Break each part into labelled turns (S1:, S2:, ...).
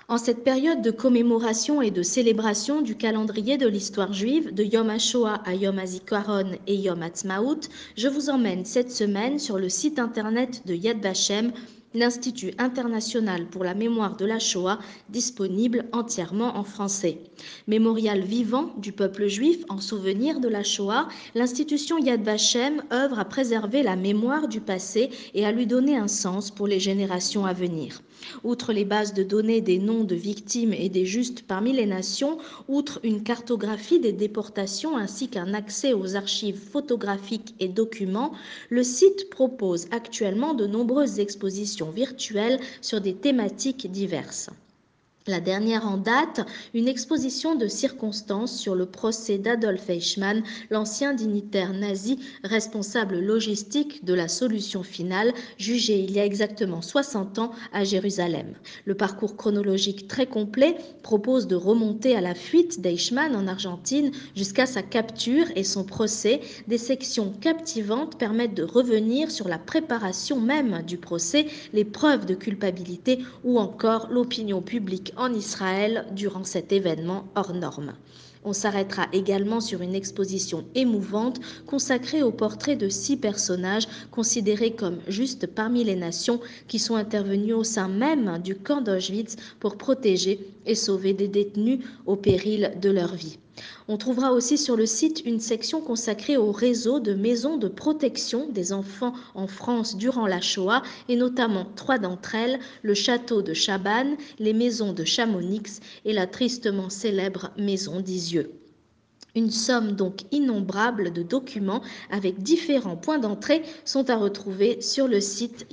S1: En cette période de commémoration et de célébration du calendrier de l'histoire juive, de Yom HaShoah à Yom HaZikaron et Yom Ha'atzmaut, je vous emmène cette semaine sur le site internet de Yad Vashem, l'Institut international pour la mémoire de la Shoah, disponible entièrement en français. Mémorial vivant du peuple juif en souvenir de la Shoah, l'institution Yad Vashem œuvre à préserver la mémoire du passé et à lui donner un sens pour les générations à venir. Outre les bases de données des noms de victimes et des justes parmi les nations, outre une cartographie des déportations ainsi qu'un accès aux archives photographiques et documents, le site propose actuellement de nombreuses expositions virtuelles sur des thématiques diverses. La dernière en date, une exposition de circonstances sur le procès d'Adolf Eichmann, l'ancien dignitaire nazi responsable logistique de la solution finale, jugé il y a exactement 60 ans à Jérusalem. Le parcours chronologique très complet propose de remonter à la fuite d'Eichmann en Argentine jusqu'à sa capture et son procès. Des sections captivantes permettent de revenir sur la préparation même du procès, les preuves de culpabilité ou encore l'opinion publique en Israël durant cet événement hors norme. On s'arrêtera également sur une exposition émouvante consacrée au portrait de 6 personnages considérés comme justes parmi les nations qui sont intervenus au sein même du camp d'Auschwitz pour protéger et sauver des détenus au péril de leur vie. On trouvera aussi sur le site une section consacrée au réseau de maisons de protection des enfants en France durant la Shoah et notamment 3 d'entre elles, le château de Chabannes, les maisons de Chamonix et la tristement célèbre maison d'Isieux. Une somme donc innombrable de documents avec différents points d'entrée sont à retrouver sur le site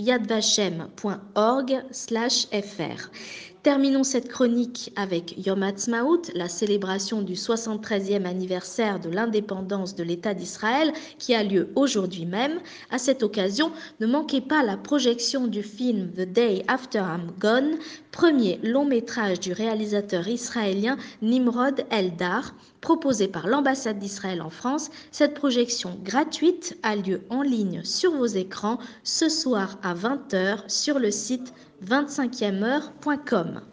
S1: yadvashem.org/fr. Terminons cette chronique avec Yom Ha'atzmaut, la célébration du 73e anniversaire de l'indépendance de l'État d'Israël qui a lieu aujourd'hui même. À cette occasion, ne manquez pas la projection du film The Day After I'm Gone, premier long métrage du réalisateur israélien Nimrod Eldar, proposé par l'ambassade d'Israël en France. Cette projection gratuite a lieu en ligne sur vos écrans ce soir à 20 h sur le site 25eheure.com.